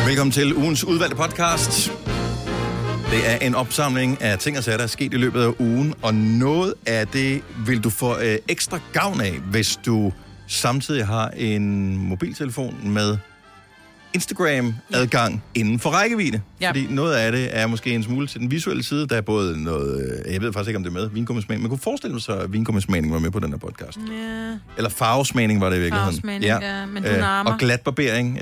Velkommen til ugens udvalgte podcast. Det er en opsamling af ting og sager, der er sket i løbet af ugen, og noget af det vil du få ekstra gavn af, hvis du samtidig har en mobiltelefon med Instagram-adgang inden for rækkevidde. Ja. Fordi noget af det er måske en smule til den visuelle side. Der er både noget, jeg ved faktisk ikke, om det er med, vingummesmagning. Man kunne forestille sig, at vingummesmagning var med på den her podcast. Ja. Eller farvesmagning var det i virkeligheden. Farvesmagning, ja. Men du nærmer. Og glatbarbering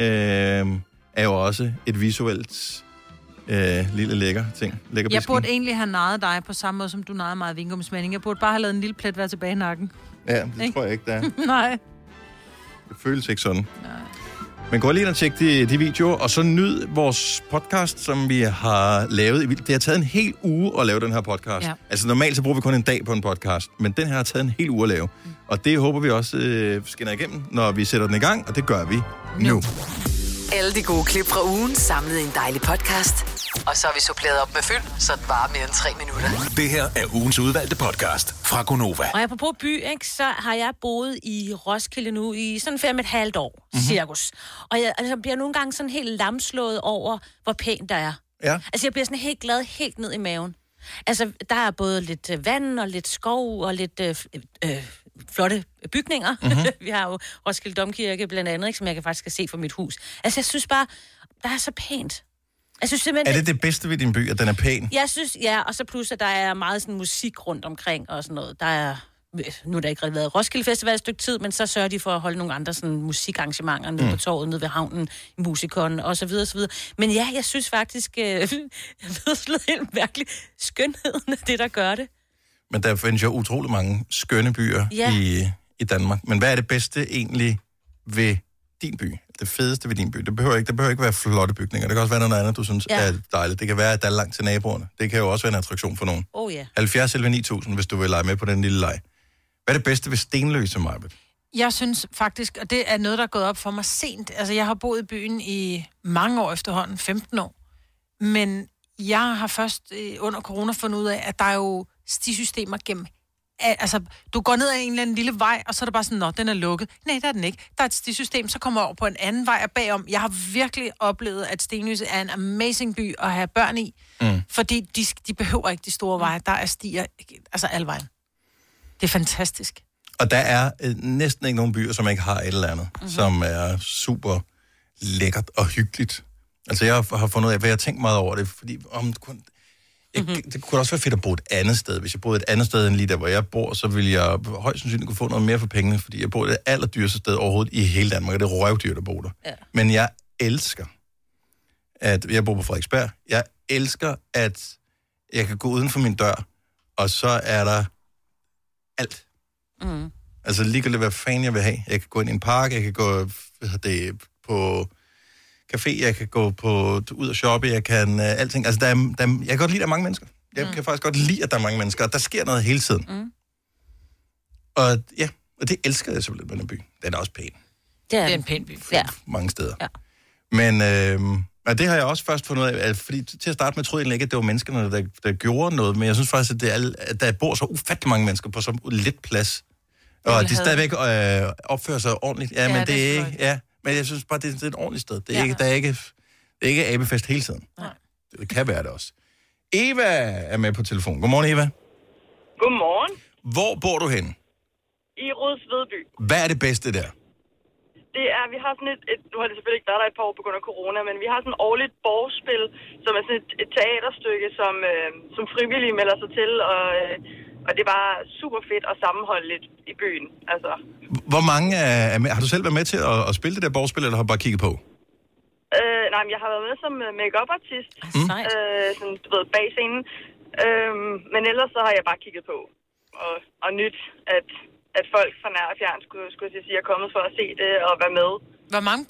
er jo også et visuelt lille lækker ting. Jeg burde egentlig have nejet dig på samme måde, som du nejede meget vingummesmagning. Jeg burde bare have lavet en lille plet være tilbage i nakken. Ja, det tror jeg ikke, der er. Nej. Det føles ikke sådan. Nej. Men gå lige ind og tjek de videoer, og så nyd vores podcast, som vi har lavet. Det har taget en hel uge at lave den her podcast. Ja. Altså normalt så bruger vi kun en dag på en podcast, men den her har taget en hel uge at lave. Og det håber vi også skinner igennem, når vi sætter den i gang, og det gør vi nu. Alle de gode klip fra ugen samlet i en dejlig podcast. Og så har vi suppleret op med fyld, så det varer mere end 3 minutter. Det her er ugens udvalgte podcast fra Gonova. Og apropos by, ikke, så har jeg boet i Roskilde nu i sådan 5,5 år, cirkus. Og jeg bliver nogle gange sådan helt lamslået over, hvor pænt der er. Ja. Altså, jeg bliver sådan helt glad, helt ned i maven. Altså, der er både lidt vand og lidt skov og lidt flotte bygninger. Vi har jo Roskilde Domkirke blandt andet, ikke, som jeg kan faktisk se fra mit hus. Altså, jeg synes bare, der er så pænt. Jeg synes simpelthen, er det bedste ved din by, at den er pæn? Jeg synes, ja, og så plus, at der er meget sådan musik rundt omkring og sådan noget. Der er, nu har der ikke rigtig været Roskilde Festival et stykke tid, men så sørger de for at holde nogle andre sådan musikarrangementer nede på torvet, nede ved havnen, i Musikon og så videre, så videre. Men ja, jeg synes faktisk, jeg ved slet helt mærkeligt, skønheden af det, der gør det. Men der findes jo utrolig mange skønne byer i Danmark. Men hvad er det bedste egentlig ved din by? Det fedeste ved din by? Det behøver ikke være flotte bygninger. Det kan også være noget andet, du synes er dejligt. Det kan være, at der er langt til naboerne. Det kan jo også være en attraktion for nogen. 70 eller 9000, hvis du vil lege med på den lille leg. Hvad er det bedste ved Stenløse, Majbert? Jeg synes faktisk, og det er noget, der er gået op for mig sent. Altså, jeg har boet i byen i mange år efterhånden, 15 år. Men jeg har først under corona fundet ud af, at der er jo stisystemer gennem. Altså, du går ned ad en eller anden lille vej, og så er det bare sådan, nå, den er lukket. Nej, der er den ikke. Der er et stisystem, så kommer jeg over på en anden vej og bagom. Jeg har virkelig oplevet, at Stenløse er en amazing by at have børn i. Fordi de behøver ikke de store veje. Der er stier, altså alle vejen. Det er fantastisk. Og der er næsten ikke nogen byer, som ikke har et eller andet, som er super lækkert og hyggeligt. Altså, jeg har fundet ud af, hvad jeg tænkt meget over det, fordi det kunne også være fedt at bo et andet sted. Hvis jeg boede et andet sted end lige der, hvor jeg bor, så ville jeg højst sandsynligt kunne få noget mere for pengene, fordi jeg bor det allerdyreste sted overhovedet i hele Danmark, og det er røvdyrt at bo der. Ja. Men jeg elsker, at jeg bor på Frederiksberg. Jeg elsker, at jeg kan gå uden for min dør, og så er der alt. Altså ligegyldigt, hvad fanden jeg vil have. Jeg kan gå ind i en park, jeg kan gå på café, jeg kan gå ud og shoppe, jeg kan alting. Altså, jeg kan godt lide, at der er mange mennesker. Jeg kan faktisk godt lide, at der er mange mennesker, og der sker noget hele tiden. Og det elsker jeg simpelthen med den by. Den er også pæn. Det er en pæn by. Mange steder. Ja. Men og det har jeg også først fundet ud af, fordi til at starte med troede jeg ikke, at det var menneskerne, der gjorde noget, men jeg synes faktisk, at der bor så ufattelig mange mennesker på så lidt plads. Og de stadigvæk opfører sig ordentligt. Ja, men det er ikke... Ja. Men jeg synes bare, det er et ordentligt sted. Det er ikke abefest hele tiden. Nej. Det kan være det også. Eva er med på telefon. Godmorgen, Eva. Godmorgen. Hvor bor du henne? I Rudsvedby. Hvad er det bedste der? Det er, vi har sådan nu har det selvfølgelig ikke været der et par år på grund af corona, men vi har sådan et årligt borgspil, som er sådan et teaterstykke, som frivillige melder sig til, og det var super fedt og sammenholdeligt i byen. Altså. Hvor mange har du selv været med til at spille det der borgspil, eller har du bare kigget på? Nej, men jeg har været med som make-up-artist, sådan, du ved, bag scenen. Men ellers så har jeg bare kigget på og nyt, at folk fra nær og fjern skulle sige, er kommet for at se det og være med. Hvor mange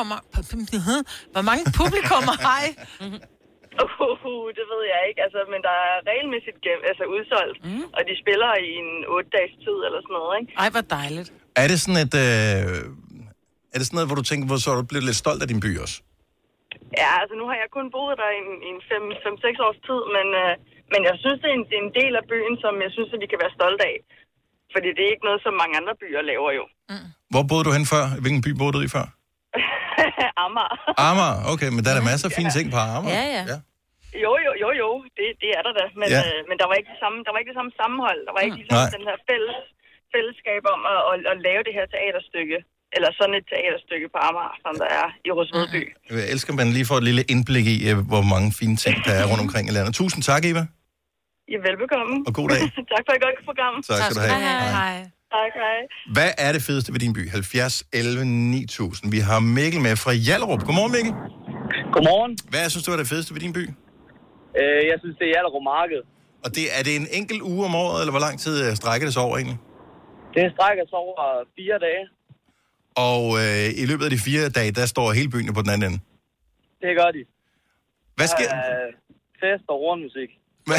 publikummer har I? Det ved jeg ikke, altså, men der er regelmæssigt udsolgt, og de spiller i en 8-dages tid eller sådan noget, ikke? Ej, hvor dejligt. Er det sådan noget, hvor du tænker, hvor så er du blevet lidt stolt af din by også? Ja, altså nu har jeg kun boet der i en 5-6 års tid, men jeg synes, det er en del af byen, som jeg synes, at vi kan være stolte af. Fordi det er ikke noget, som mange andre byer laver jo. Hvor boede du hen før? Hvilken by boede du i før? Amager. Amager, okay, men der er der masser af fine ting på Amager. Ja. Jo. Det er der da. Men der var ikke det samme sammenhold. Der var ikke ligesom den her fællesskab om at lave det her teaterstykke. Eller sådan et teaterstykke på Amager, som der er i Rødby. Jeg elsker, man lige får et lille indblik i, hvor mange fine ting, der er rundt omkring i landet. Tusind tak, Eva. I er velbekomme. Og god dag. Tak for et godt program. Tak skal du have. Hej. Tak, hej. Hvad er det fedeste ved din by? 70, 11, 9000. Vi har Mikkel med fra Hjallerup. Godmorgen, Mikkel. Godmorgen. Hvad synes du er det fedeste ved din by? Jeg synes, det er Hjallerup Marked. Og er det en enkelt uge om året, eller hvor lang tid strækker det sig over egentlig? Det strækker sig over 4 dage. Og i løbet af de 4 dage, der står hele byen på den anden ende. Det gør de. Hvad sker fest og hornmusik.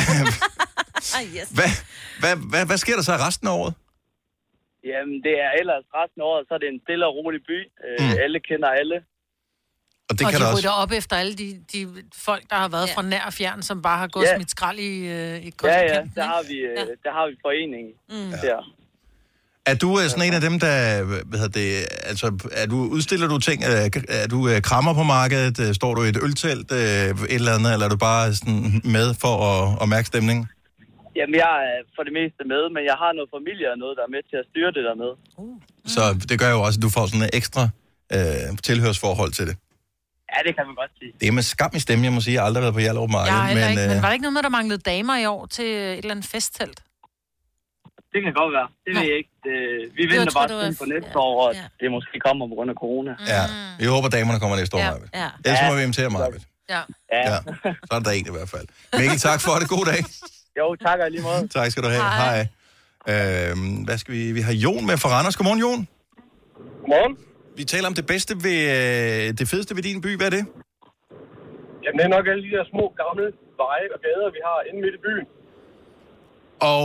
Hvad sker der så resten af året? Jamen, det er ellers resten af året, så er det en stille og rolig by. Alle kender alle. Og det og kan de også rydder op efter alle de folk, der har været fra nær og fjern, som bare har gået smidt skrald i konsekvensen. Ja, der har vi foreningen. Der. Er du sådan en af dem, der, udstiller du ting, er du krammer på markedet, står du i et øltelt, et eller andet, eller er du bare sådan med for at mærke stemningen? Jamen, jeg er for det meste med, men jeg har noget familie og noget, der er med til at styre det der med. Så det gør jo også, at du får sådan en ekstra tilhørsforhold til det. Ja, det kan man godt sige. Det er med skam i stemmen, jeg må sige, jeg har aldrig været på Hjallerup Marked. Men var der ikke noget med, der manglede damer i år til et eller andet festtelt? Det kan godt være. Det ved jeg ikke. Vi venter bare på næste år, og det måske kommer på grund af corona. Ja, vi håber, damerne kommer næste år, Marvind. Ellers må vi invitere Marvind. Ja. Så er der en i hvert fald. Mikkel, tak for det. God dag. Jo, tak og lige måde. Tak skal du have. Hej. Hvad skal vi? Vi har Jon med fra Randers. Godmorgen, Jon. Godmorgen. Vi taler om det bedste ved, det fedeste ved din by. Hvad er det? Jamen, det er nok alle de der små, gamle veje og gader, vi har inde midt i byen. Og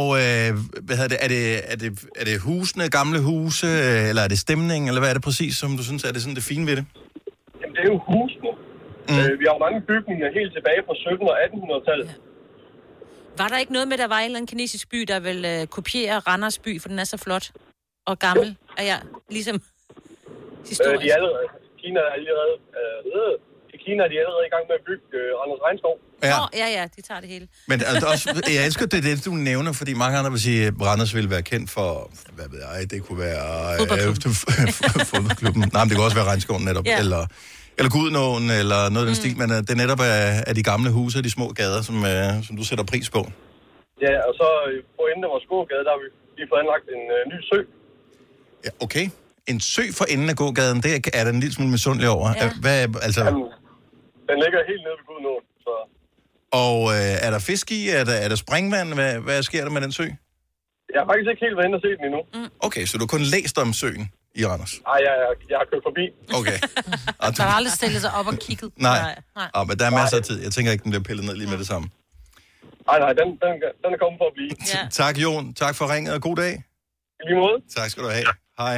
er det husene, gamle huse, eller er det stemningen, eller hvad er det præcis, som du synes er det sådan det fine ved det? Jamen, det er jo husene. Vi har mange bygninger helt tilbage fra 1700- og 1800-tallet. Ja. Var der ikke noget med, der var en eller anden kinesisk by, der vil kopiere Randers by, for den er så flot og gammel? Er jeg ligesom historisk? Kina er allerede i gang med at bygge Randers Regnskov. Ja, de tager det hele. Men også, jeg elsker det, du nævner, fordi mange andre vil sige, at Randers vil være kendt for, hvad ved jeg, det kunne være fodboldklubben. Nej, men det kunne også være Regnskoven netop, eller Gudenåen, eller noget af den stil, men det netop er de gamle huse og de små gader, som du sætter pris på. Ja, og så på enden af vores gågade, der har vi lige fået anlagt en ny sø. Ja, okay. En sø for enden af gågaden, det er der en lille smule misundelig over. Ja. Jamen, den ligger helt nede ved Gudenåen, så... Og er der fisk i? Er der springvand? Hvad sker der med den sø? Jeg har faktisk ikke helt været inde og set den endnu. Okay, så du har kun læst om søen i Randers? Nej, jeg har kørt forbi. Okay. Der har aldrig stillet sig op og kigget. Nej. Men der er masser af tid. Jeg tænker ikke, den bliver pillet ned lige med det samme. Nej, den er kommet for at blive. Ja. Tak, Jon. Tak for ringet, og god dag. I lige måde. Tak skal du have. Hej.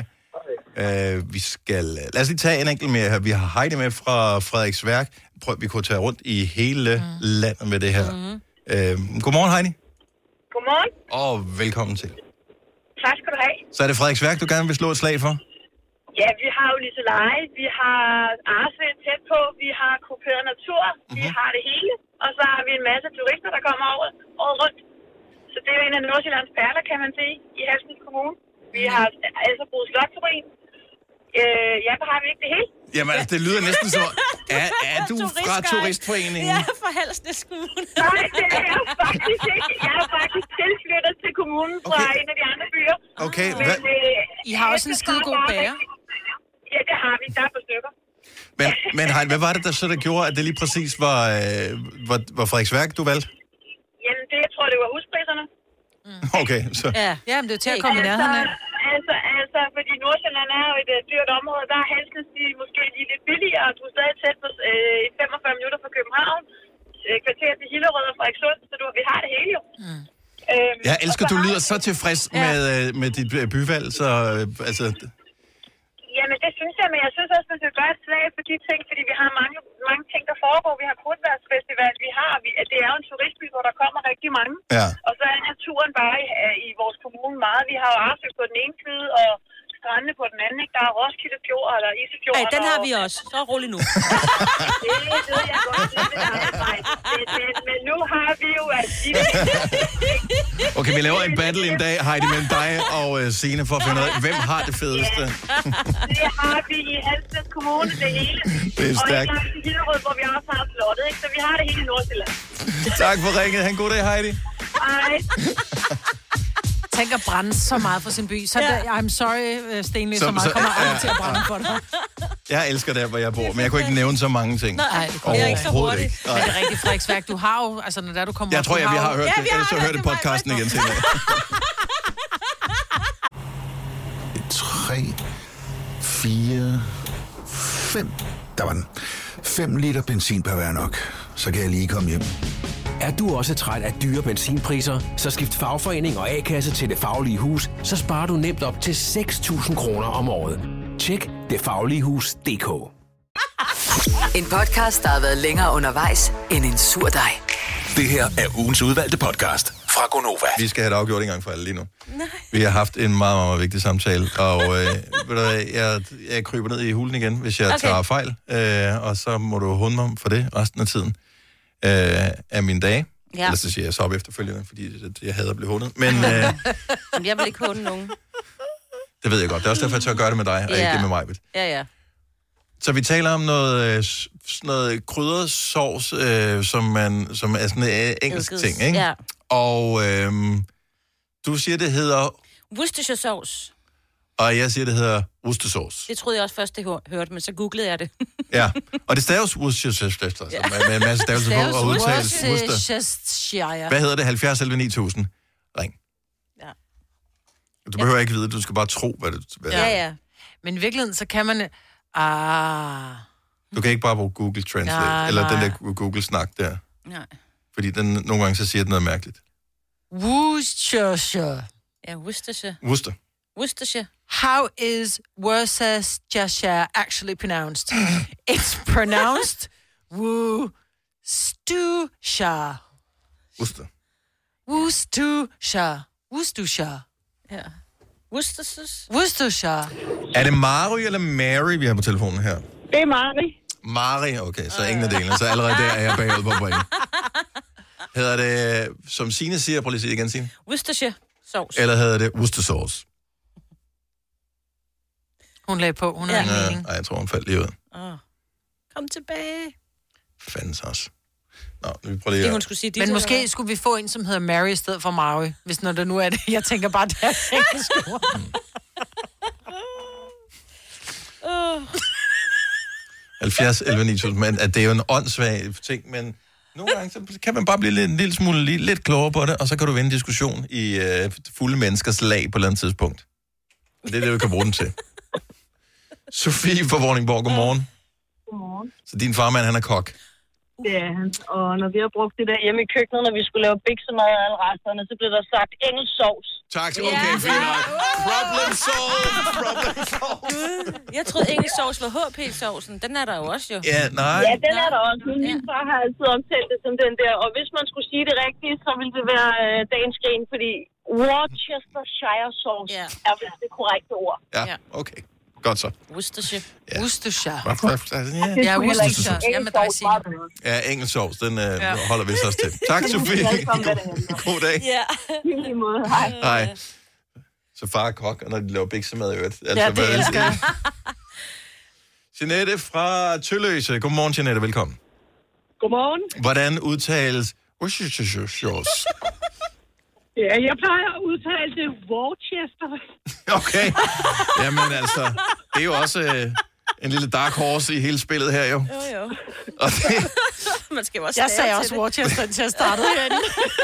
Lad os lige tage en enkelt mere her. Vi har Heidi med fra Frederiksværk. Vi kunne tage rundt i hele landet med det her. Godmorgen, Heidi. Godmorgen. Og velkommen til. Tak skal du have. Så er det Frederiksværk, du gerne vil slå et slag for? Ja, vi har jo Liseleje, vi har Arsvind tæt på, vi har kuperet natur, vi har det hele. Og så har vi en masse turister, der kommer året rundt. Så det er jo en af Nordsjællands perler, kan man sige, i Halsnæs Kommune. Vi har altså brugt Slottsruin. Ja, så har vi ikke det hele. Jamen, altså, det lyder næsten så... Er du fra turistforeningen? Ja, fra Halsnæs Kommune. Nej, det er jeg faktisk ikke. Jeg er faktisk tilflyttet til kommunen fra en af de andre byer. Okay, men, I har også en skide god bager. Ja, det har vi. Der er på stykker. Men Heidi, hvad var det, der gjorde, at det lige præcis var Frederiksværk, du valgte? Jamen, jeg tror, det var huspriserne. Okay, så... Ja, men det er til at komme i nærheden af. Altså, fordi Nordsjælland er jo et dyrt område, der er Halsnæs måske lige lidt billigere, og du er stadig tæt på 45 minutter fra København, kvarter til Hillerød og Frederikssund, så vi har det hele jo. Jeg elsker, du lyder så tilfreds med dit byvalg, så altså... Jamen, det synes jeg, men jeg synes også, at man skal gøre et slag for de ting, fordi vi har mange ting, der foregår. Vi har Krudtværsfestival, det er jo en turistby, hvor der kommer rigtig mange. Ja. Og så er naturen bare i vores kommune meget. Vi har jo Arsø på den ene side, og strandene på den anden, ikke? Der er Roskilde Fjord, eller Isefjord. Ej, den har vi også. Så rolig nu. Det ved jeg godt, men nu har vi jo Okay, vi laver en battle en dag, Heidi, mellem dig og Signe, for at finde ud af, hvem har det fedeste. Det har vi i Halsnæs Kommune, det hele. Det er stærkt. Og i Hillerød, hvor vi også har slottet, ikke? Så vi har det hele i Nordsjælland. Tak for ringet. Ha' en god dag, Heidi. Hej. Tænk at brænde så meget for sin by. Så I'm sorry, Stenløs, så meget kommer aldrig til at brænde for dig. Jeg elsker der, hvor jeg bor, men jeg kunne ikke nævne så mange ting. Nej, det er ikke så hurtigt. Men det er rigtig Frederiksværk. Du har jo, altså når du kommer Jeg op, tror, vi har hørt det. Ellers så hørte podcasten igen senere. 3, 4, 5. Der var den. 5 liter benzin per hver nok. Så kan jeg lige komme hjem. Er du også træt af dyre benzinpriser, så skift fagforening og A-kasse til Det Faglige Hus, så sparer du nemt op til 6.000 kroner om året. Tjek detfagligehus.dk. En podcast, der har været længere undervejs end en sur dej. Det her er ugens udvalgte podcast fra Gonova. Vi skal have det afgjort en gang for alle lige nu. Nej. Vi har haft en meget, meget vigtig samtale, og jeg kryber ned i hulen igen, hvis jeg tager fejl, og så må du hunde mig for det resten af tiden af mine dage. Ja. Ellers så siger jeg så op efterfølgende, fordi jeg hader at blive hundet. Men jeg vil ikke hunde nogen. Det ved jeg godt. Det er også derfor, jeg tør at gøre det med dig, og ikke det med mig. Ja. Så vi taler om noget krydret sovs, som er sådan en engelsk ting, ikke? Ja. Og du siger, det hedder Worcestershire sauce. Og jeg siger, det hedder Worcestershire. Det troede jeg også først, det hørte, men så googlede jeg det. Ja, og det staves Worcestershire, med en masse stavelser på, og udtales Worcestershire. Hvad hedder det? 70 11 9000. Ring. Ja. Du behøver ikke vide, du skal bare tro, hvad det er. Ja. Men i virkeligheden, så kan man... Du kan ikke bare bruge Google Translate, eller den der Google-snak der. Nej. Fordi den nogle gange så siger den noget mærkeligt. Worcestershire. Ja, Worcestershire. Worcestershire. How is Worcestershire actually pronounced? It's pronounced Worcestershire. Worcestershire. Ja. Worcestershire. Er det Mary eller Mary, vi har på telefonen her? Det er Mari. Mary, okay, så ingen af delene. Så allerede der er jeg bagud på point. Hedder det, som Signe siger, prøv lige at sige det igen, Signe. Worcestershire sauce. Eller hedder det Worcestershire sauce? Hun lagde på, hun har en mening. Nej, jeg tror, hun faldt lige ud. Kom tilbage. Fandens også. Nå, vi prøver lige hun skulle sige men måske skulle vi få en, som hedder Mary i stedet for Mary, hvis når det nu er det. Jeg tænker bare, det er engelsk ord. 70 11 9000, men at det er jo en åndssvag ting, men nogle gange så kan man bare blive en lille smule lidt klogere på det, og så kan du vinde diskussion i fulde menneskers lag på et eller andet tidspunkt. Og det er det, du kan bruge den til. Sofie fra Vordingborg, godmorgen. Godmorgen. Så din farmand, han er kok? Det er han. Og når vi har brugt det der hjemme i køkkenet, når vi skulle lave biksemad og alle resterne, så blev der sagt engelsk sovs. Tak, okay, fint nok. Problem solved. Jeg troede engelsk sovs var HP-sovsen. Den er der jo også, jo. Ja, nej. Ja, den er der også. Min far har altid omtalt det som den der. Og hvis man skulle sige det rigtigt, så ville det være dagens grin, fordi Worcestershire sauce er vist det korrekte ord. Ja, okay. Godt så. Worcestershire. Ja. Worcestershire. Ja, Worcestershire. Jeg med dig, Signe. Ja, engelsk sovs, den holder vi så også til. Tak, Sofie. God dag. Ja. I måde. Hej. Hej. Så far er kok, og når de laver biksemad i øvrigt. Altså, ja, det elsker jeg. Jeanette fra Tølløse. Godmorgen, Jeanette. Velkommen. Godmorgen. Hvordan udtales Worcestershire? Ja, jeg plejer at udtale det Worcester. Okay. Jamen altså, det er jo også en lille dark horse i hele spillet her, jo. Jo. Og det... Man skal jo også jeg sagde også Worcester, til at starte herinde.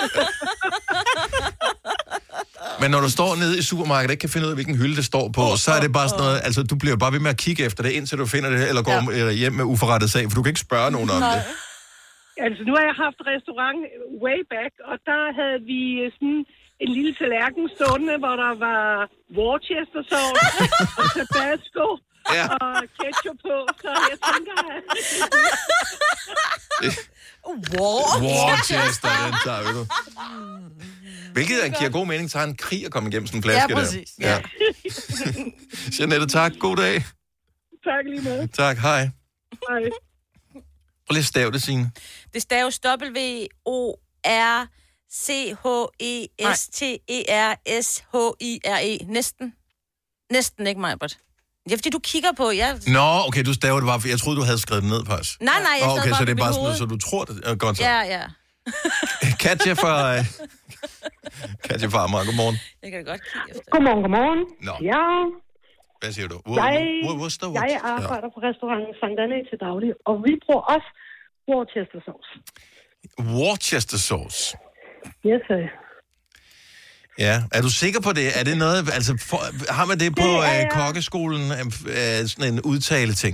Men når du står nede i supermarkedet og ikke kan finde ud af, hvilken hylde det står på, så er det bare sådan noget, altså du bliver bare ved med at kigge efter det, indtil du finder det, eller går hjem med uforrettet sag, for du kan ikke spørge nogen om det. Altså, nu har jeg haft restaurant way back, og der havde vi sådan en lille tallerken stående, hvor der var Worcester sauce og tabasco og ketchup på, så jeg tænker, at... Worcester, den tager vi nu. Hvilket giver god mening, tager en krig at komme igennem sådan en flaske der. Ja, præcis. Ja. Jeanette, tak. God dag. Tak lige med. Tak, hej. Hej. Prøv lige at stave det, Signe. Det staves W-O-R-C-H-E-S-T-E-R-S-H-I-R-E. Næsten ikke, Majbert. Det er, fordi du kigger på... Nå, okay, du staver det bare, for jeg troede, du havde skrevet det ned, faktisk. Nej, jeg staver okay, bare så det er bare sådan, hoved. så du tror det. Godt så. Ja. Katja fra Amager, godmorgen. Jeg kan da godt kigge efter. Godmorgen. Nå. Ja. Hvad siger du? Jeg arbejder på restauranten Sankt Anna til daglig, og vi bruger også Worcester sauce. Worcester sauce? Yes, sir. Ja, er du sikker på det? Er det noget, altså, har man det på kokkeskolen, sådan en udtale ting?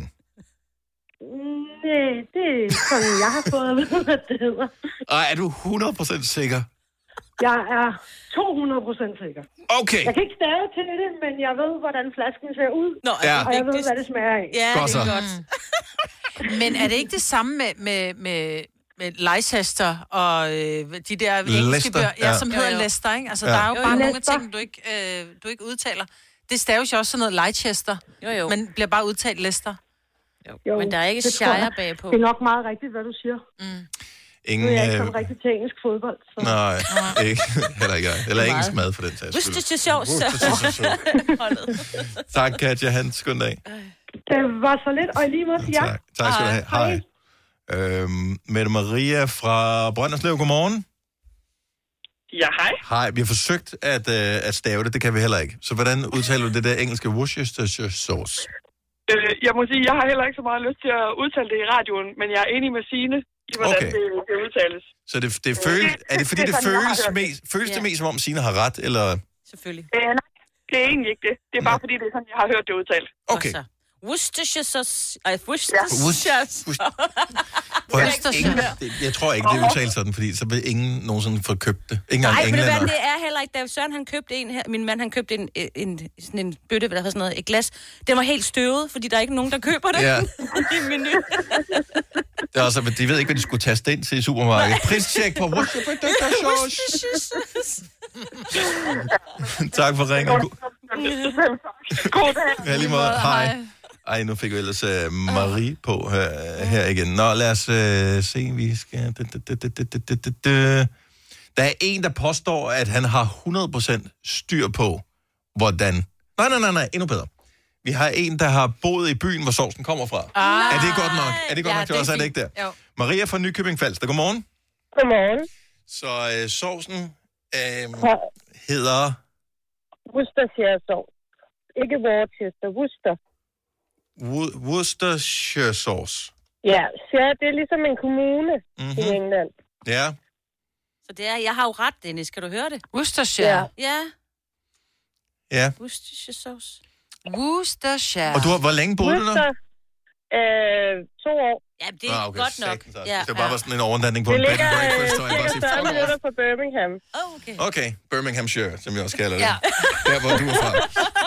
Nej, det er sådan, jeg har fået at vide, hvad det hedder. Og er du 100% sikker? Jeg er 200% sikker. Okay. Jeg kan ikke stave til det, men jeg ved, hvordan flasken ser ud. Nå, og jeg ved, hvad det smager af. Ja, godt det er så. godt. Men er det ikke det samme med Leicester og de der engelske bøger, som hedder Leicester, ikke? Altså, der er jo bare nogle ting, du ikke udtaler. Det staves jo også sådan noget Leicester, men bliver bare udtalt Leicester. Jo, men der er ikke shire bagpå. Det er nok meget rigtigt, hvad du siger. Ingen, nu er jeg ikke sådan rigtig til engelsk fodbold. Så. Nej, ikke. Heller ikke jeg. Eller engelsk mad for den sags skyld. Tak, Katja. Han, skøn dag. Det var så lidt, og i lige måde til jer. Tak skal du have. Hej. Mette Maria fra Brønderslev, godmorgen. Ja, hej. Hej, vi har forsøgt at stave det kan vi heller ikke. Så hvordan udtaler du det der engelske Worcestershire sauce? Jeg må sige, jeg har heller ikke så meget lyst til at udtale det i radioen, men jeg er enig med Signe i, hvordan det udtales. Så det føles, er det fordi, det føles det mest, som om Signe har ret, eller? Selvfølgelig. Nej, det er egentlig ikke det. Det er bare fordi, det er sådan, jeg har hørt det udtalt. Okay. Worcestershire sauce. Jeg tror ikke, det udtales sådan, fordi så vil ingen nogensinde få købt det. Ikke Nej, men det er heller ikke. Da Søren han købte en her, min mand han købte sådan en bøtte, hvad der hedder sådan noget, et glas. Den var helt støvet, fordi der er ikke nogen, der køber det i menu. Det er også, de ved ikke, hvad de skulle taste ind til i supermarkedet. Pristjek på Worcestershire sauce. Tak for ringen. God dag. Ja, lige måde. Hej. Ej, nu fik vi ellers Marie på her igen. Nå, lad os se, vi skal... Der er en, der påstår, at han har 100% styr på, hvordan... Nej, endnu bedre. Vi har en, der har boet i byen, hvor sovsen kommer fra. Er det godt nok? Er det godt nok til os? Er det ikke der? Jo. Maria fra Nykøbing Falster. Godmorgen. Godmorgen. Så sovsen hedder... Worcestershire sauce. Ikke Worcester, Worcester. Worcestershire sauce. Ja, det er ligesom en kommune i England. Ja. Så det er, jeg har jo ret, Dennis. Kan du høre det? Worcestershire. Ja. Worcestershire sauce. Worcestershire. Og hvor længe boede du der? 2 år. Ja, det er godt nok. Ja, det bare var sådan en overnatning på en bed and breakfast, så jeg bare sige, 40 minutter fra Birmingham. Okay, Birminghamshire, som jeg også kalder det. Ja. Der, hvor du er fra.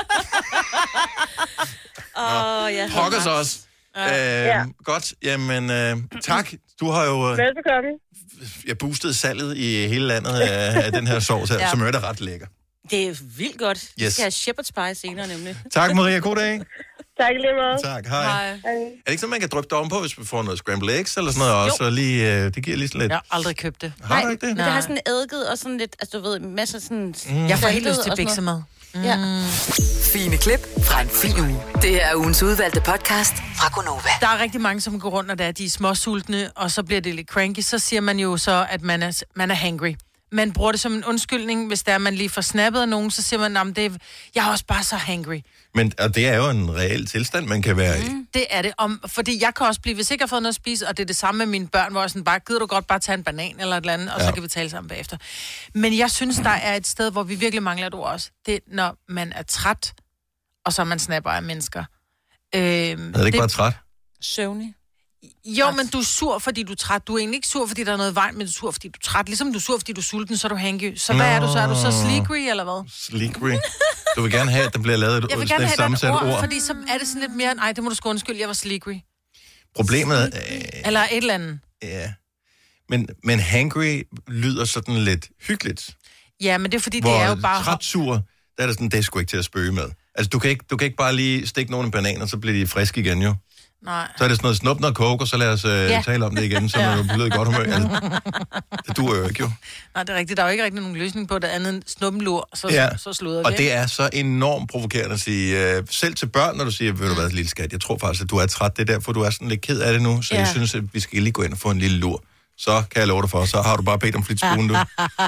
Pokkers også. Godt, jamen tak. Du har jo... Velbekomme. Jeg boostede salget i hele landet af den her sovs her, som er ret lækker. Det er vildt godt. Yes. Vi skal have shepherd's pie senere, nemlig. Tak, Maria. God dag. Tak lige meget. Tak, hej. Er det ikke sådan, man kan dryppe det ovenpå, hvis man får noget scrambled eggs eller sådan noget også? Og lige, det giver lige sådan lidt... Jeg har aldrig købt det. Har du ikke det? Men det har sådan eddike og sådan lidt, altså du ved, masser sådan... Jeg får helt lyst til biksemad. Ja. Fine klip fra en fin uge. Det her er ugens udvalgte podcast fra Gonova. Der er rigtig mange, som går rundt, og der er de småsultne, og så bliver det lidt cranky. Så siger man jo så, at man er hangry. Man bruger det som en undskyldning, hvis der er, man lige får snappet af nogen, så siger man, jeg er også bare så hangry. Men det er jo en reel tilstand, man kan være i. Det er det. Fordi jeg kan også blive, hvis jeg ikke har fået noget at spise, og det er det samme med mine børn, hvor jeg sådan bare, gider du godt bare tage en banan eller et eller andet, og så kan vi tale sammen bagefter. Men jeg synes, der er et sted, hvor vi virkelig mangler et ord også. Det er, når man er træt, og så man snapper af mennesker. Er det ikke bare træt? Søvnig. Jo, men du er sur, fordi du er træt. Du er egentlig ikke sur, fordi der er noget vej, men du er sur, fordi du er træt. Ligesom du er sur, fordi du er sulten, så er du hangry. Så hvad er du så? Er du så sleekry, eller hvad? Sleekry. Du vil gerne have, at der bliver lavet et sammensat ord. Fordi så er det sådan lidt mere, nej, det må du sgu undskylde, jeg var sleekry. Problemet eller et eller andet. Ja. Men hangry lyder sådan lidt hyggeligt. Ja, men det er fordi, hvor det er jo bare... træt sur, der er det sådan, det er sgu ikke til at spøge med. Altså, du kan ikke bare lige stikke nogle bananer, så bliver de friske igen, jo. Nej. Så er det sådan noget snup noget coke, og så lad os tale om det igen, så er du blevet godt humør. Altså, det duer jo ikke, jo. Nej, det er rigtigt. Der er jo ikke rigtig nogen løsning på det andet end snuppenlur, så sluder vi. Og det er så enormt provokerende at sige, selv til børn, når du siger, ved du hvad, lille skat, jeg tror faktisk, at du er træt, det er derfor, du er sådan lidt ked af det nu, så jeg synes, at vi skal lige gå ind og få en lille lur. Så kan jeg love dig for, så har du bare bedt om flitsbuen, du.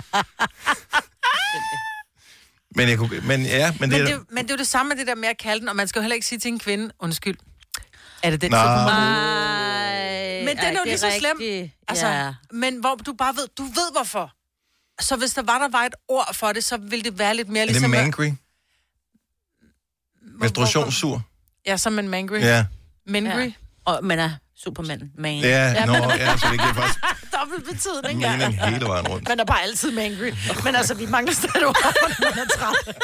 Men det er jo det samme med det der med at kalde den, og man skal jo heller ikke sige til en kvinde, undskyld. Er det den? Nej. Men den er jo lige så slem. Altså, men hvor du bare ved, du ved hvorfor. Så hvis der var et ord for det, så ville det være lidt mere ligesom... Er det mangry? Menstruationssur? Ja, som en mangry. Ja. Mangry. Ja. Og man er Superman. Man. Ja, så det giver faktisk... Dobbelt betydning, mening hele vejen rundt. Man er bare altid mangry. Men altså, vi mangler stadig ord, når man er træt.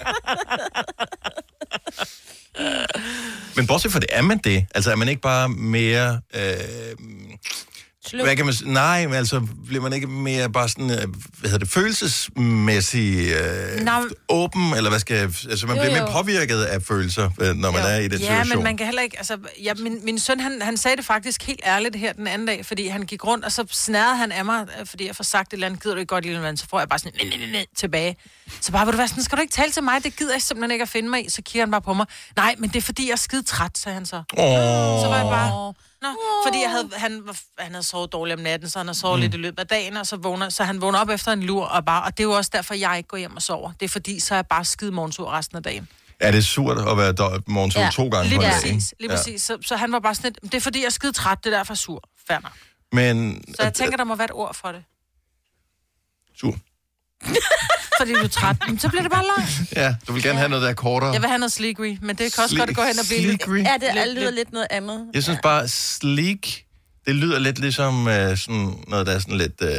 Men bortset fra det, er man det? Altså, er man ikke bare mere... hvad kan man sige? Nej, men altså, bliver man ikke mere bare sådan, følelsesmæssig åben, eller hvad skal altså, man bliver mere påvirket af følelser, når man er i den situation. Ja, men man kan heller ikke, altså, min søn, han sagde det faktisk helt ærligt her den anden dag, fordi han gik rundt, og så snærede han af mig, fordi jeg får sagt et eller andet, gider du ikke godt lille vand, så får jeg bare sådan, tilbage. Så bare, vil du være sådan, skal du ikke tale til mig, det gider jeg simpelthen ikke at finde mig i, så kigger han bare på mig. Nej, men det er fordi, jeg er skide træt, sagde han så. Så var jeg bare... Fordi han havde sovet dårligt om natten, så han havde sovet lidt i løbet af dagen, og så han vågner op efter en lur, og det er jo også derfor, jeg ikke går hjem og sover. Det er fordi, så er jeg bare skide morgensur resten af dagen. Er det surt at være morgensur 2 gange på en dag? Lige præcis. Så han var bare sådan lidt, det er fordi, jeg er skide træt, det er derfor sur. Færdig. Men... Så jeg tænker, der må være et ord for det. Sur. Fordi du er træt. Så bliver det bare langt. Ja, du vil gerne have noget, der er kortere. Jeg vil have noget sleekry, men det kan også godt gå hen og blive sleekry. Ja, det lyder lidt noget andet. Jeg synes bare, sleek, det lyder lidt ligesom sådan noget, der er sådan lidt...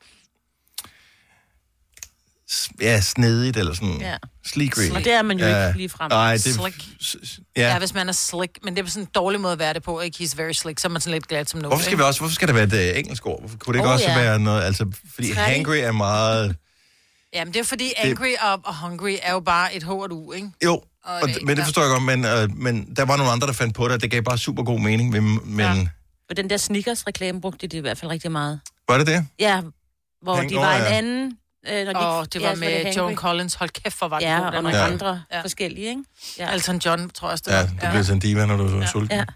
snedigt, eller sådan... Ja. Sleekry. Og det er man jo ikke lige frem. Nej, det... Slick. Ja, hvis man er slick, men det er sådan en dårlig måde at være det på, ikke? He's very slick, så er man sådan lidt glad som noget. Hvorfor skal det være et engelsk ord? Kunne det ikke også være noget... Altså, fordi hangry er meget... Jamen, det er fordi angry og hungry er jo bare et H og et U, ikke? Jo, men det forstår jeg godt, men der var nogle andre, der fandt på det, og det gav bare super god mening. Men... Ja. For den der Snickers-reklame brugte de i hvert fald rigtig meget. Var det det? Ja, hvor de var en anden... det var med Joan Collins. Hold kæft, hvor var det god. Og nogle andre forskellige, ikke? Ja. Elton John, tror jeg også, det var. Ja, du bliver sådan en diva, når du er sulten. Ja.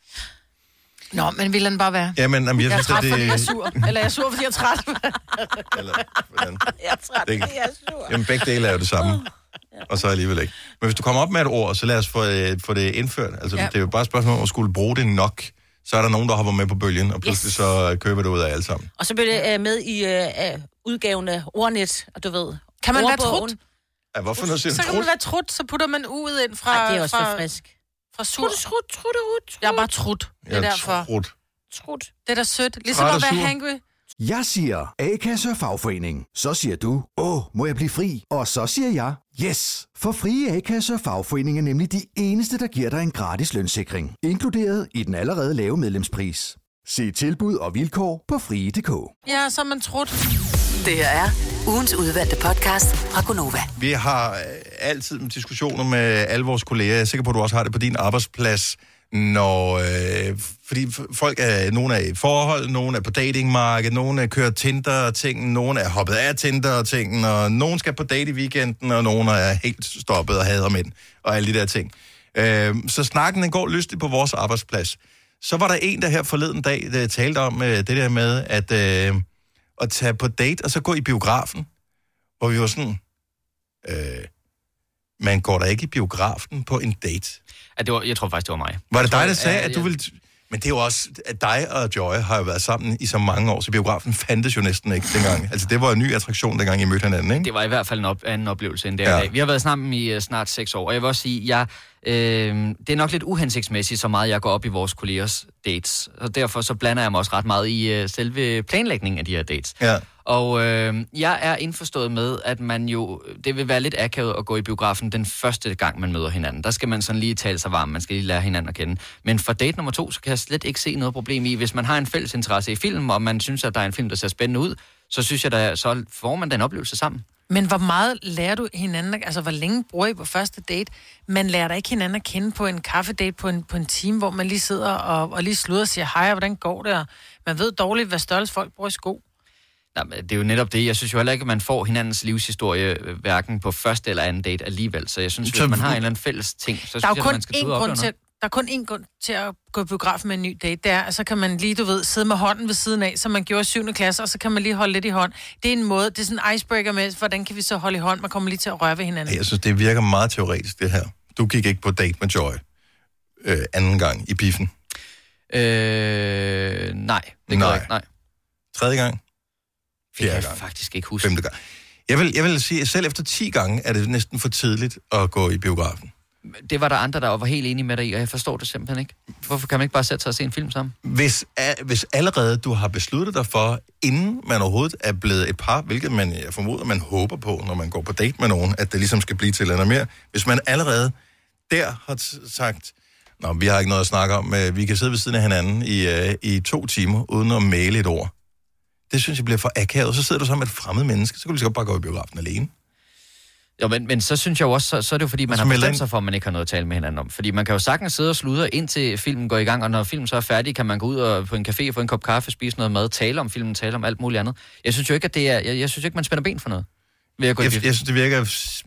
Nå, men vil den bare være? Ja, men jeg er træt, fordi jeg er sur. Eller jeg er sur, fordi jeg er træt. Eller hvordan? Jeg er træt, fordi jeg er sur. Jamen, begge dele er jo det samme. Og så alligevel ikke. Men hvis du kommer op med et ord, så lad os få det indført. Altså, det er jo bare et spørgsmål om at skulle bruge det nok. Så er der nogen, der hopper med på bølgen, og pludselig så køber det ud af alle sammen. Og så bliver det med i udgaven af Ordnet, og du ved... Kan man være trut? Ja, hvorfor noget siger så kan man være trut, så putter man u'et ind fra... Ej, det er også for frisk. Fra sur. Trut. Jeg er bare trut. Det er derfor. Trut. Det er da sødt. Ligesom at være hangry. Jeg siger A-kasse og fagforening. Så siger du, må jeg blive fri? Og så siger jeg, yes! For frie A-kasse og fagforening er nemlig de eneste, der giver dig en gratis lønssikring. Inkluderet i den allerede lave medlemspris. Se tilbud og vilkår på frie.dk. Ja, så er man trut. Det her er ugens udvalgte podcast fra Gonova. Vi har altid diskussioner med alle vores kolleger. Jeg er sikker på, at du også har det på din arbejdsplads. Når, fordi folk er, nogle er i forhold, nogle er på datingmarkedet, nogle kører Tinder-ting, nogle er hoppet af Tinder-ting, og nogle skal på date i weekenden, og nogle er helt stoppet og hader mænd, og alle de der ting. Så snakken den går lystigt på vores arbejdsplads. Så var der en, der her forleden dag der talte om det der med at tage på date, og så gå i biografen, hvor vi var sådan, man går da ikke i biografen på en date. Ja, jeg tror faktisk, det var mig. Var det dig, der sagde, at du ville... Men det er jo også, at dig og Joy har jo været sammen i så mange år, så biografen fandtes jo næsten ikke dengang. Altså, det var en ny attraktion, dengang I mødte hinanden, ikke? Det var i hvert fald en anden oplevelse end det i dag. Vi har været sammen i snart 6 år, og jeg vil også sige, det er nok lidt uhensigtsmæssigt, så meget jeg går op i vores kollegers dates. Og derfor så blander jeg mig også ret meget i selve planlægningen af de her dates. Ja. Og jeg er indforstået med, at man jo... Det vil være lidt akavet at gå i biografen den første gang, man møder hinanden. Der skal man sådan lige tale sig varm, man skal lige lære hinanden at kende. Men for date nummer 2, så kan jeg slet ikke se noget problem i, hvis man har en fælles interesse i film, og man synes, at der er en film, der ser spændende ud, så synes jeg, så får man den oplevelse sammen. Men hvor meget lærer du hinanden, altså hvor længe bruger I på første date? Man lærer da ikke hinanden at kende på en kaffedate på en time, hvor man lige sidder og lige slutter og siger, hej, hvordan går det? Og man ved dårligt, hvad størrelse folk bruger i sko. Nej, men det er jo netop det. Jeg synes jo heller ikke, at man får hinandens livshistorie hverken på første eller anden date alligevel. Så jeg synes, hvis man har en eller anden fælles ting, så synes jeg, man skal ud og opleve noget. Der er kun én grund til at gå i biografen med en ny date. Det er, at så kan man lige, du ved, sidde med hånden ved siden af, som man gjorde i 7. klasse, og så kan man lige holde lidt i hånd. Det er en måde, det er sådan en icebreaker med, hvordan kan vi så holde i hånd? Man kommer lige til at røre ved hinanden. Jeg synes, det virker meget teoretisk, det her. Du gik ikke på date med Joy anden gang i biffen. Nej, det gør jeg ikke, nej. Tredje gang? Fjerde gang? Det kan jeg faktisk ikke huske. 5. gang. Jeg vil sige, at selv efter 10 gange er det næsten for tidligt at gå i biografen. Det var der andre, der var helt enige med dig i, og jeg forstår det simpelthen ikke. Hvorfor kan man ikke bare sætte sig og se en film sammen? Hvis allerede du har besluttet dig for, inden man overhovedet er blevet et par, hvilket jeg formoder, man håber på, når man går på date med nogen, at det ligesom skal blive til eller andet mere. Hvis man allerede der har sagt, nå, vi har ikke noget at snakke om, vi kan sidde ved siden af hinanden i 2 timer, uden at male et ord. Det synes jeg bliver for akavet. Så sidder du sammen med et fremmed menneske, så kan du lige så godt bare gå i biografen alene. Jo, men så synes jeg jo også, så er det jo fordi, man har bestemt sig for, at man ikke har noget at tale med hinanden om. Fordi man kan jo sagtens sidde og sludre, indtil filmen går i gang, og når filmen så er færdig, kan man gå ud og på en café, få en kop kaffe, spise noget mad, tale om filmen, tale om alt muligt andet. Jeg synes jo ikke, at jeg synes ikke, man spænder ben for noget. Jeg synes, det virker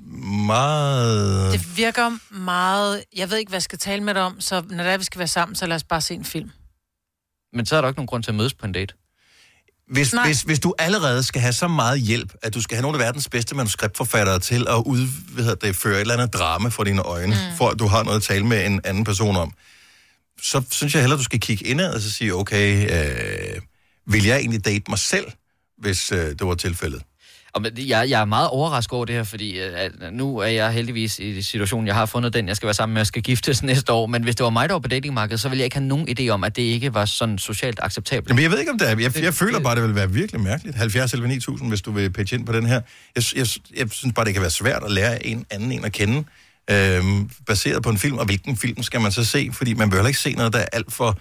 meget... Det virker meget... Jeg ved ikke, hvad jeg skal tale med dig om, så når det er, vi skal være sammen, så lad os bare se en film. Men så er der ikke nogen grund til at mødes på en date. Hvis du allerede skal have så meget hjælp, at du skal have nogle af verdens bedste manuskriptforfattere til at føre et eller andet drama for dine øjne, for at du har noget at tale med en anden person om, så synes jeg hellere, du skal kigge indad og så sige, okay, vil jeg egentlig date mig selv, hvis det var tilfældet? Og jeg er meget overrasket over det her, fordi nu er jeg heldigvis i situationen, jeg har fundet den, jeg skal være sammen med, og skal giftes næste år. Men hvis det var mig, der var på datingmarkedet, så ville jeg ikke have nogen idé om, at det ikke var sådan socialt acceptabelt. Men jeg ved ikke, om det er. Jeg føler bare, det vil være virkelig mærkeligt. 70 eller 9000, hvis du vil pitche ind på den her. Jeg synes bare, det kan være svært at lære en anden at kende, baseret på en film. Og hvilken film skal man så se? Fordi man bør heller ikke se noget, der er alt for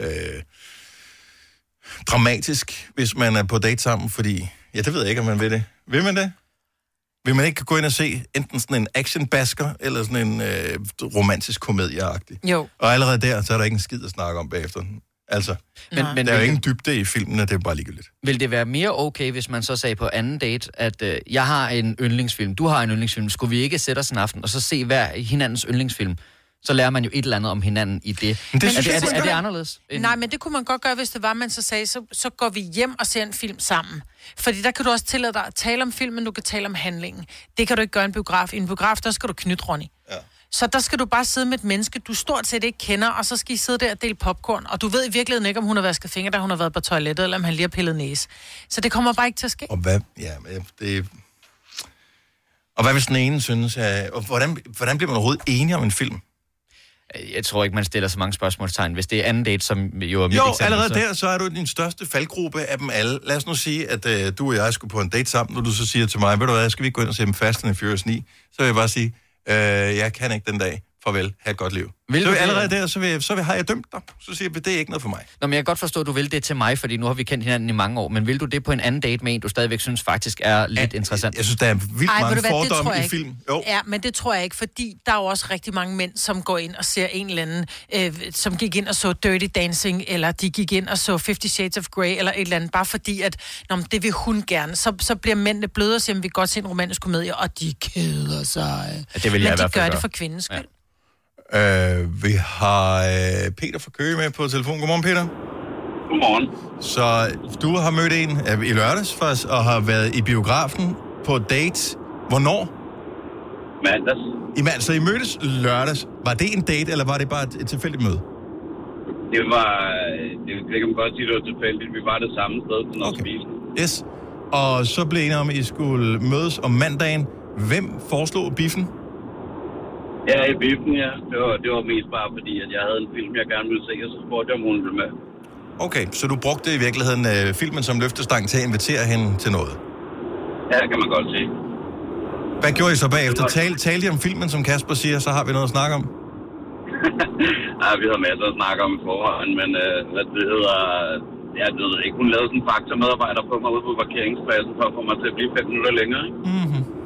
dramatisk, hvis man er på date sammen, fordi... Ja, det ved jeg ikke, om man vil det. Vil man det? Vil man ikke gå ind og se enten sådan en action-basker, eller sådan en romantisk komedieagtig? Jo. Og allerede der, så er der ikke en skid at snakke om bagefter. Altså, men der er jo ingen dybde i filmen, og det er bare ligegyldigt. Vil det være mere okay, hvis man så sagde på anden date, at jeg har en yndlingsfilm, du har en yndlingsfilm, skulle vi ikke sætte os en aften, og så se hver hinandens yndlingsfilm? Så lærer man jo et eller andet om hinanden i det. Er det anderledes? Nej, men det kunne man godt gøre, hvis det var, man så sagde, så går vi hjem og ser en film sammen. Fordi der kan du også tillade dig at tale om filmen, du kan tale om handlingen. Det kan du ikke gøre i en biograf. I en biograf, der skal du knytte, Ronny. Ja. Så der skal du bare sidde med et menneske, du stort set ikke kender, og så skal I sidde der og dele popcorn. Og du ved i virkeligheden ikke, om hun har vasket fingre, da hun har været på toilettet, eller om han lige har pillet næse. Så det kommer bare ikke til at ske. Og hvad? Ja, det... Og hvad hvis den ene synes... Hvordan bliver man overhovedet enige om en film? Jeg tror ikke, man stiller så mange spørgsmålstegn, hvis det er anden date, som jo er mit eksempel. Jo, allerede der, så er du din største faldgruppe af dem alle. Lad os nu sige, at du og jeg skulle på en date sammen, og du så siger til mig, ved du hvad, skal vi gå ind og se dem Fast and Furious 9? Så vil jeg bare sige, jeg kan ikke den dag. Farvel, have et godt liv. Så allerede der, så har jeg dømt dig. Så siger jeg, det er ikke noget for mig. Nå, men jeg kan godt forstå, at du vil det til mig, fordi nu har vi kendt hinanden i mange år. Men vil du det på en anden date med en, du stadigvæk synes faktisk er lidt interessant? Jeg synes, der er vildt mange fordomme i film. Jo. Ja, men det tror jeg ikke, fordi der er jo også rigtig mange mænd, som går ind og ser en eller anden, som gik ind og så Dirty Dancing, eller de gik ind og så 50 Shades of Grey, eller et eller andet, bare fordi, at det vil hun gerne. Så bliver mændene bløde og siger, at vi kan godt se en romantisk komedie, og de keder sig. Ja, det vil jeg men de gør det for kvindens skyld. Ja. Vi har Peter fra Køge med på telefon. Godmorgen, Peter. Godmorgen. Så du har mødt en i lørdags først, og har været i biografen på date. Hvornår? Mandags. Så I mødtes lørdags. Var det en date, eller var det bare et tilfældigt møde? Det kan man godt sige, det var tilfældigt. Vi var det samme sted til noget spise. Yes. Og så blev I enige om, at I skulle mødes om mandagen. Hvem foreslog biffen? Ja, i biffen, ja. Det var mest bare fordi, at jeg havde en film, jeg gerne ville se, og så spurgte jeg, om hun ville med. Okay, så du brugte i virkeligheden filmen som løftestang til at invitere hende til noget? Ja, det kan man godt se. Hvad gjorde I så bagefter? Talte I om filmen, som Kasper siger, så har vi noget at snakke om? Nej, vi havde masser at snakke om i forhånd, men hvad det hedder... Jeg ved ikke, hun lavede sådan en faktormedarbejder på mig ude på parkeringspladsen for at få mig til at blive 5 minutter længere, ikke? Mm-hmm.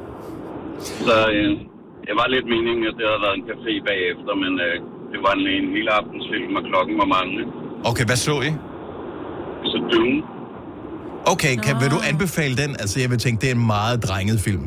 Så det var lidt meningen, at det havde været en café bagefter, men det var en hele aftensfilm, og klokken var mange. Okay, hvad så I? Så Dune. Okay, vil du anbefale den? Altså, jeg vil tænke, det er en meget drenget film.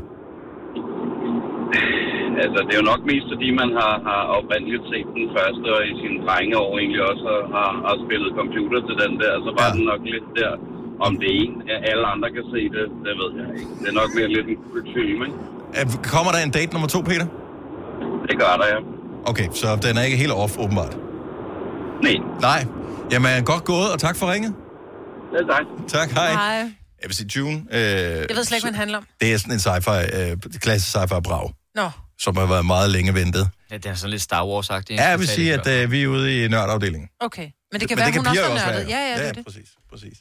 Altså, det er jo nok mest, fordi man har oprindeligt set den første, og i sine drengeår egentlig også har spillet computer til den der, så var den nok lidt der. Om det er en, alle andre kan se det, det ved jeg ikke. Det er nok mere lidt en kultfilm, ikke? Kommer der en date nummer 2, Peter? Det gør der, ja. Okay, så den er ikke helt off, åbenbart? Nej. Jamen, godt gået, og tak for ringet. Ja, tak. Tak, hej. Hej. Jeg vil sige, Dune... Jeg ved slet ikke, hvad den handler om. Det er sådan en sci-fi, klassisk sci-fi-brag. Nå. Som har været meget længe ventet. Ja, det er sådan lidt Star Wars-agtigt. Ja, jeg vil sige, at vi er ude i nørdafdelingen. Okay. Men det kan være, hun også er nørdet. Ja, det er det. Præcis.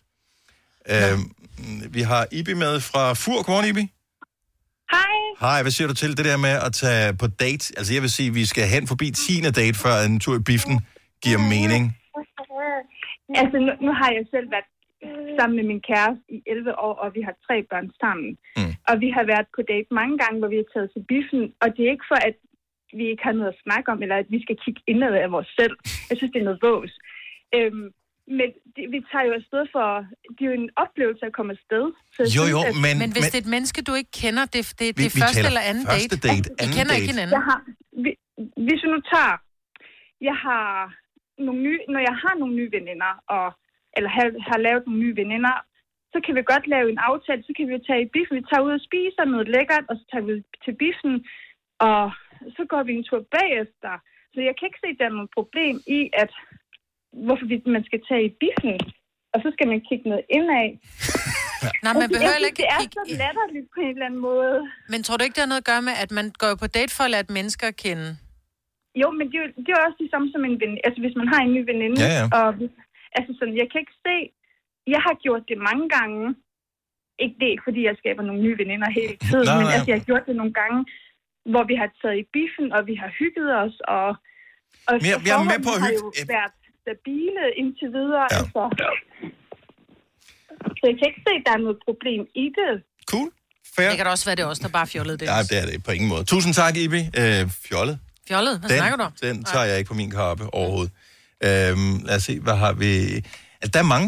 Vi har Ibi med fra Fur. Godmorgen, Ibi. Hej, hvad siger du til det der med at tage på date? Altså, jeg vil sige, at vi skal hen forbi 10. date, før en tur i biffen giver mening. Altså, nu har jeg selv været sammen med min kæreste i 11 år, og vi har 3 børn sammen. Og vi har været på date mange gange, hvor vi har taget til biffen, og det er ikke for, at vi ikke har noget at snakke om, eller at vi skal kigge indad af vores selv. Jeg synes, det er noget vås. Men vi tager jo afsted for... Det er jo en oplevelse at komme afsted. Men hvis det er et menneske, du ikke kender, det er første eller anden date. Vi kender ikke hinanden. Hvis vi nu tager... Jeg har nogle nye... Når jeg har nogle nye veninder, eller har lavet nogle nye veninder, så kan vi godt lave en aftale. Så kan vi jo tage i biffen. Vi tager ud og spiser noget lækkert, og så tager vi til biffen, og så går vi en tur bagefter. Så jeg kan ikke se, at der er noget problem i, at hvorfor man skal tage i biffen, og så skal man kigge noget indad. Nej, man behøver ikke det er så latterligt på en eller anden måde. Men tror du ikke, det har noget at gøre med, at man går på date for at lade mennesker kende? Jo, men det er også det samme som en veninde. Altså, hvis man har en ny veninde. Ja. Og, altså sådan, jeg kan ikke se... Jeg har gjort det mange gange. Ikke det, fordi jeg skaber nogle nye veninder hele tiden, men altså, jeg har gjort det nogle gange, hvor vi har taget i biffen, og vi har hygget os, og jeg er med på at hygge. Har jo været stabile indtil videre. Ja. Altså. Så jeg kan ikke se, at der er noget problem i det. Cool. Fair. Det kan da også være, det også, der bare fjollede det. Nej, det er det på ingen måde. Tusind tak, Ibi. Fjollet? Fjollet? Hvad snakker du om? Den tager jeg ikke på min kappe overhovedet. Lad os se, hvad har vi... Altså, der er mange,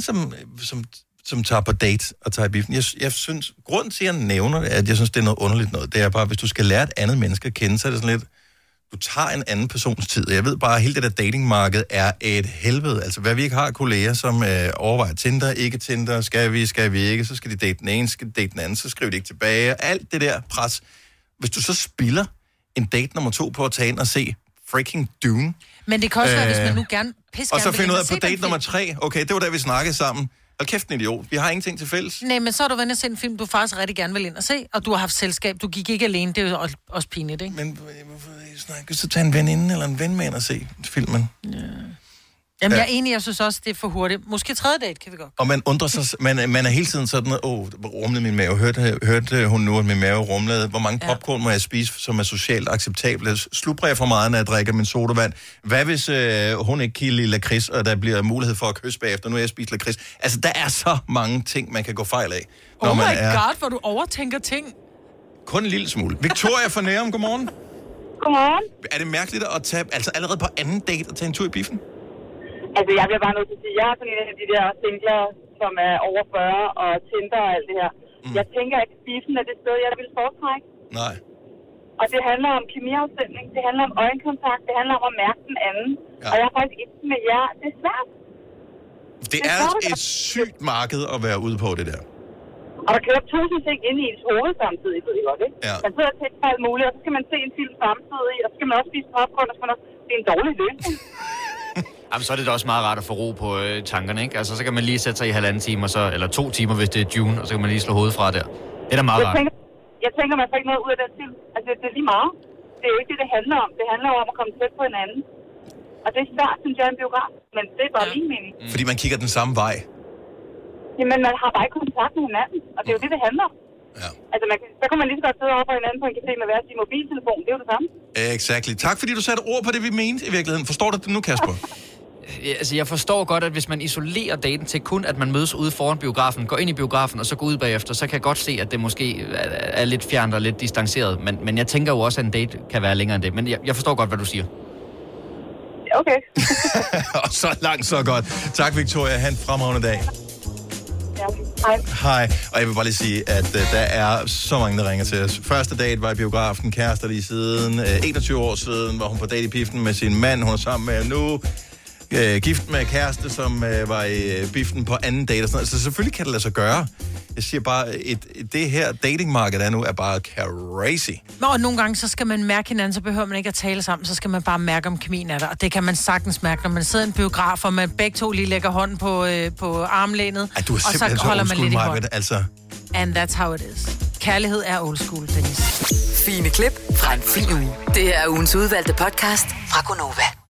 som tager på date og tager i biffen. Jeg synes, grunden til, at jeg nævner det, at jeg synes, det er noget underligt noget, det er bare, hvis du skal lære et andet menneske at kende, så er det sådan lidt... Du tager en anden persons tid. Jeg ved bare, at hele det der datingmarked er et helvede. Altså, hvad vi ikke har kolleger, som overvejer Tinder, ikke Tinder, skal vi ikke, så skal de date den ene, skal de date den anden, så skriver de ikke tilbage. Alt det der pres. Hvis du så spilder en date nummer 2 på at tage ind og se freaking Dune. Men det kan også være, hvis man nu gerne og så finder ud af på date nummer 3, okay, det var der, vi snakkede sammen. Hold kæft, en idiot. Vi har ingenting til fælles. Nej, men så har du været at se en film, du faktisk rigtig gerne vil ind og se, og du har haft selskab. Du gik ikke alene, det er jo også pinligt, ikke? Men hvorfor snakke? Så tage en veninde eller en ven med ind og se filmen. Ja. Jamen, jeg er enig, jeg synes også, det er for hurtigt. Måske 3. date kan vi godt. Og man undrer sig, man er hele tiden sådan, rumlede min mave. Hørte hun nu, at min mave rumlede? Hvor mange popcorn må jeg spise, som er socialt acceptable? Slubrer jeg for meget, når jeg drikker min sodavand? Hvad hvis hun ikke kan lide lakrids, og der bliver mulighed for at kysse bagefter? Nu har jeg spist lakrids. Altså, der er så mange ting, man kan gå fejl af. Når my god, hvor du overtænker ting. Kun en lille smule. Victoria fra Nærum, godmorgen. Godmorgen. Er det mærkeligt at tage, altså allerede på anden date, at tage en tur i biffen? Altså, jeg bliver bare nødt til at sige, jeg er sådan en af de der singler, som er over 40 og Tinder og alt det her. Jeg tænker, at biffen er det sted, jeg vil foretrække. Nej. Og det handler om kemiafstemning, det handler om øjenkontakt, det handler om at mærke den anden. Ja. Og jeg er faktisk ikke med jer. Det er svært. Det er et sygt marked at være ude på, det der. Og der kører 1000 ting ind i ens hoved samtidig, ved I godt, ikke? Ja. Man sidder og tænker på alt muligt, og så skal man se en film samtidig, og så skal man også spise popcorn, og så skal man også... Det er en dårlig løsning. Jamen, så er det da også meget rart at få ro på tankerne, ikke? Altså, så kan man lige sætte sig i 1,5 time, eller 2 timer, hvis det er Dune, og så kan man lige slå hovedet fra der. Det er da meget rart. Jeg tænker, man får ikke noget ud af den film. Altså, det er lige meget. Det er jo ikke det handler om. Det handler om at komme tæt på hinanden. Og det er svært, synes jeg, en biograf. Men det er bare min mening. Fordi man kigger den samme vej. Jamen, man har bare ikke kontakt med hinanden. Og det er jo det handler om. Ja. Altså, så kan man lige så godt sidde over på hinanden på en café med hver sin mobiltelefon. Det er jo det samme. Exakt. Tak, fordi du satte ord på det, vi mente i virkeligheden. Forstår du det nu, Kasper? Altså, jeg forstår godt, at hvis man isolerer daten til kun, at man mødes ude foran biografen, går ind i biografen, og så går ud bagefter, så kan jeg godt se, at det måske er lidt fjernt og lidt distanceret. Men jeg tænker jo også, at en date kan være længere end det. Men jeg forstår godt, hvad du siger. Okay. Og så langt, så godt. Tak, Victoria. Ha' en fremragende dag. Ja, hej. Hej. Og jeg vil bare lige sige, at der er så mange, der ringer til os. Første date var i biografen, kærester lige siden. 21 år siden var hun på date i biffen med sin mand. Hun er sammen med nu. Gift med kæreste, som var i biffen på anden date og sådan noget. Så selvfølgelig kan det lade sig gøre. Jeg siger bare, det her datingmarked der nu er bare crazy. Og nogle gange, så skal man mærke hinanden, så behøver man ikke at tale sammen, så skal man bare mærke, om kemien er der. Og det kan man sagtens mærke, når man sidder i en biograf, og man begge to lige lægger hånden på armlænet, du er og så holder man lidt i hånden. Altså. And that's how it is. Kærlighed er old school, Dennis. Fine klip fra en fin uge. Det her er ugens udvalgte podcast fra Gonova.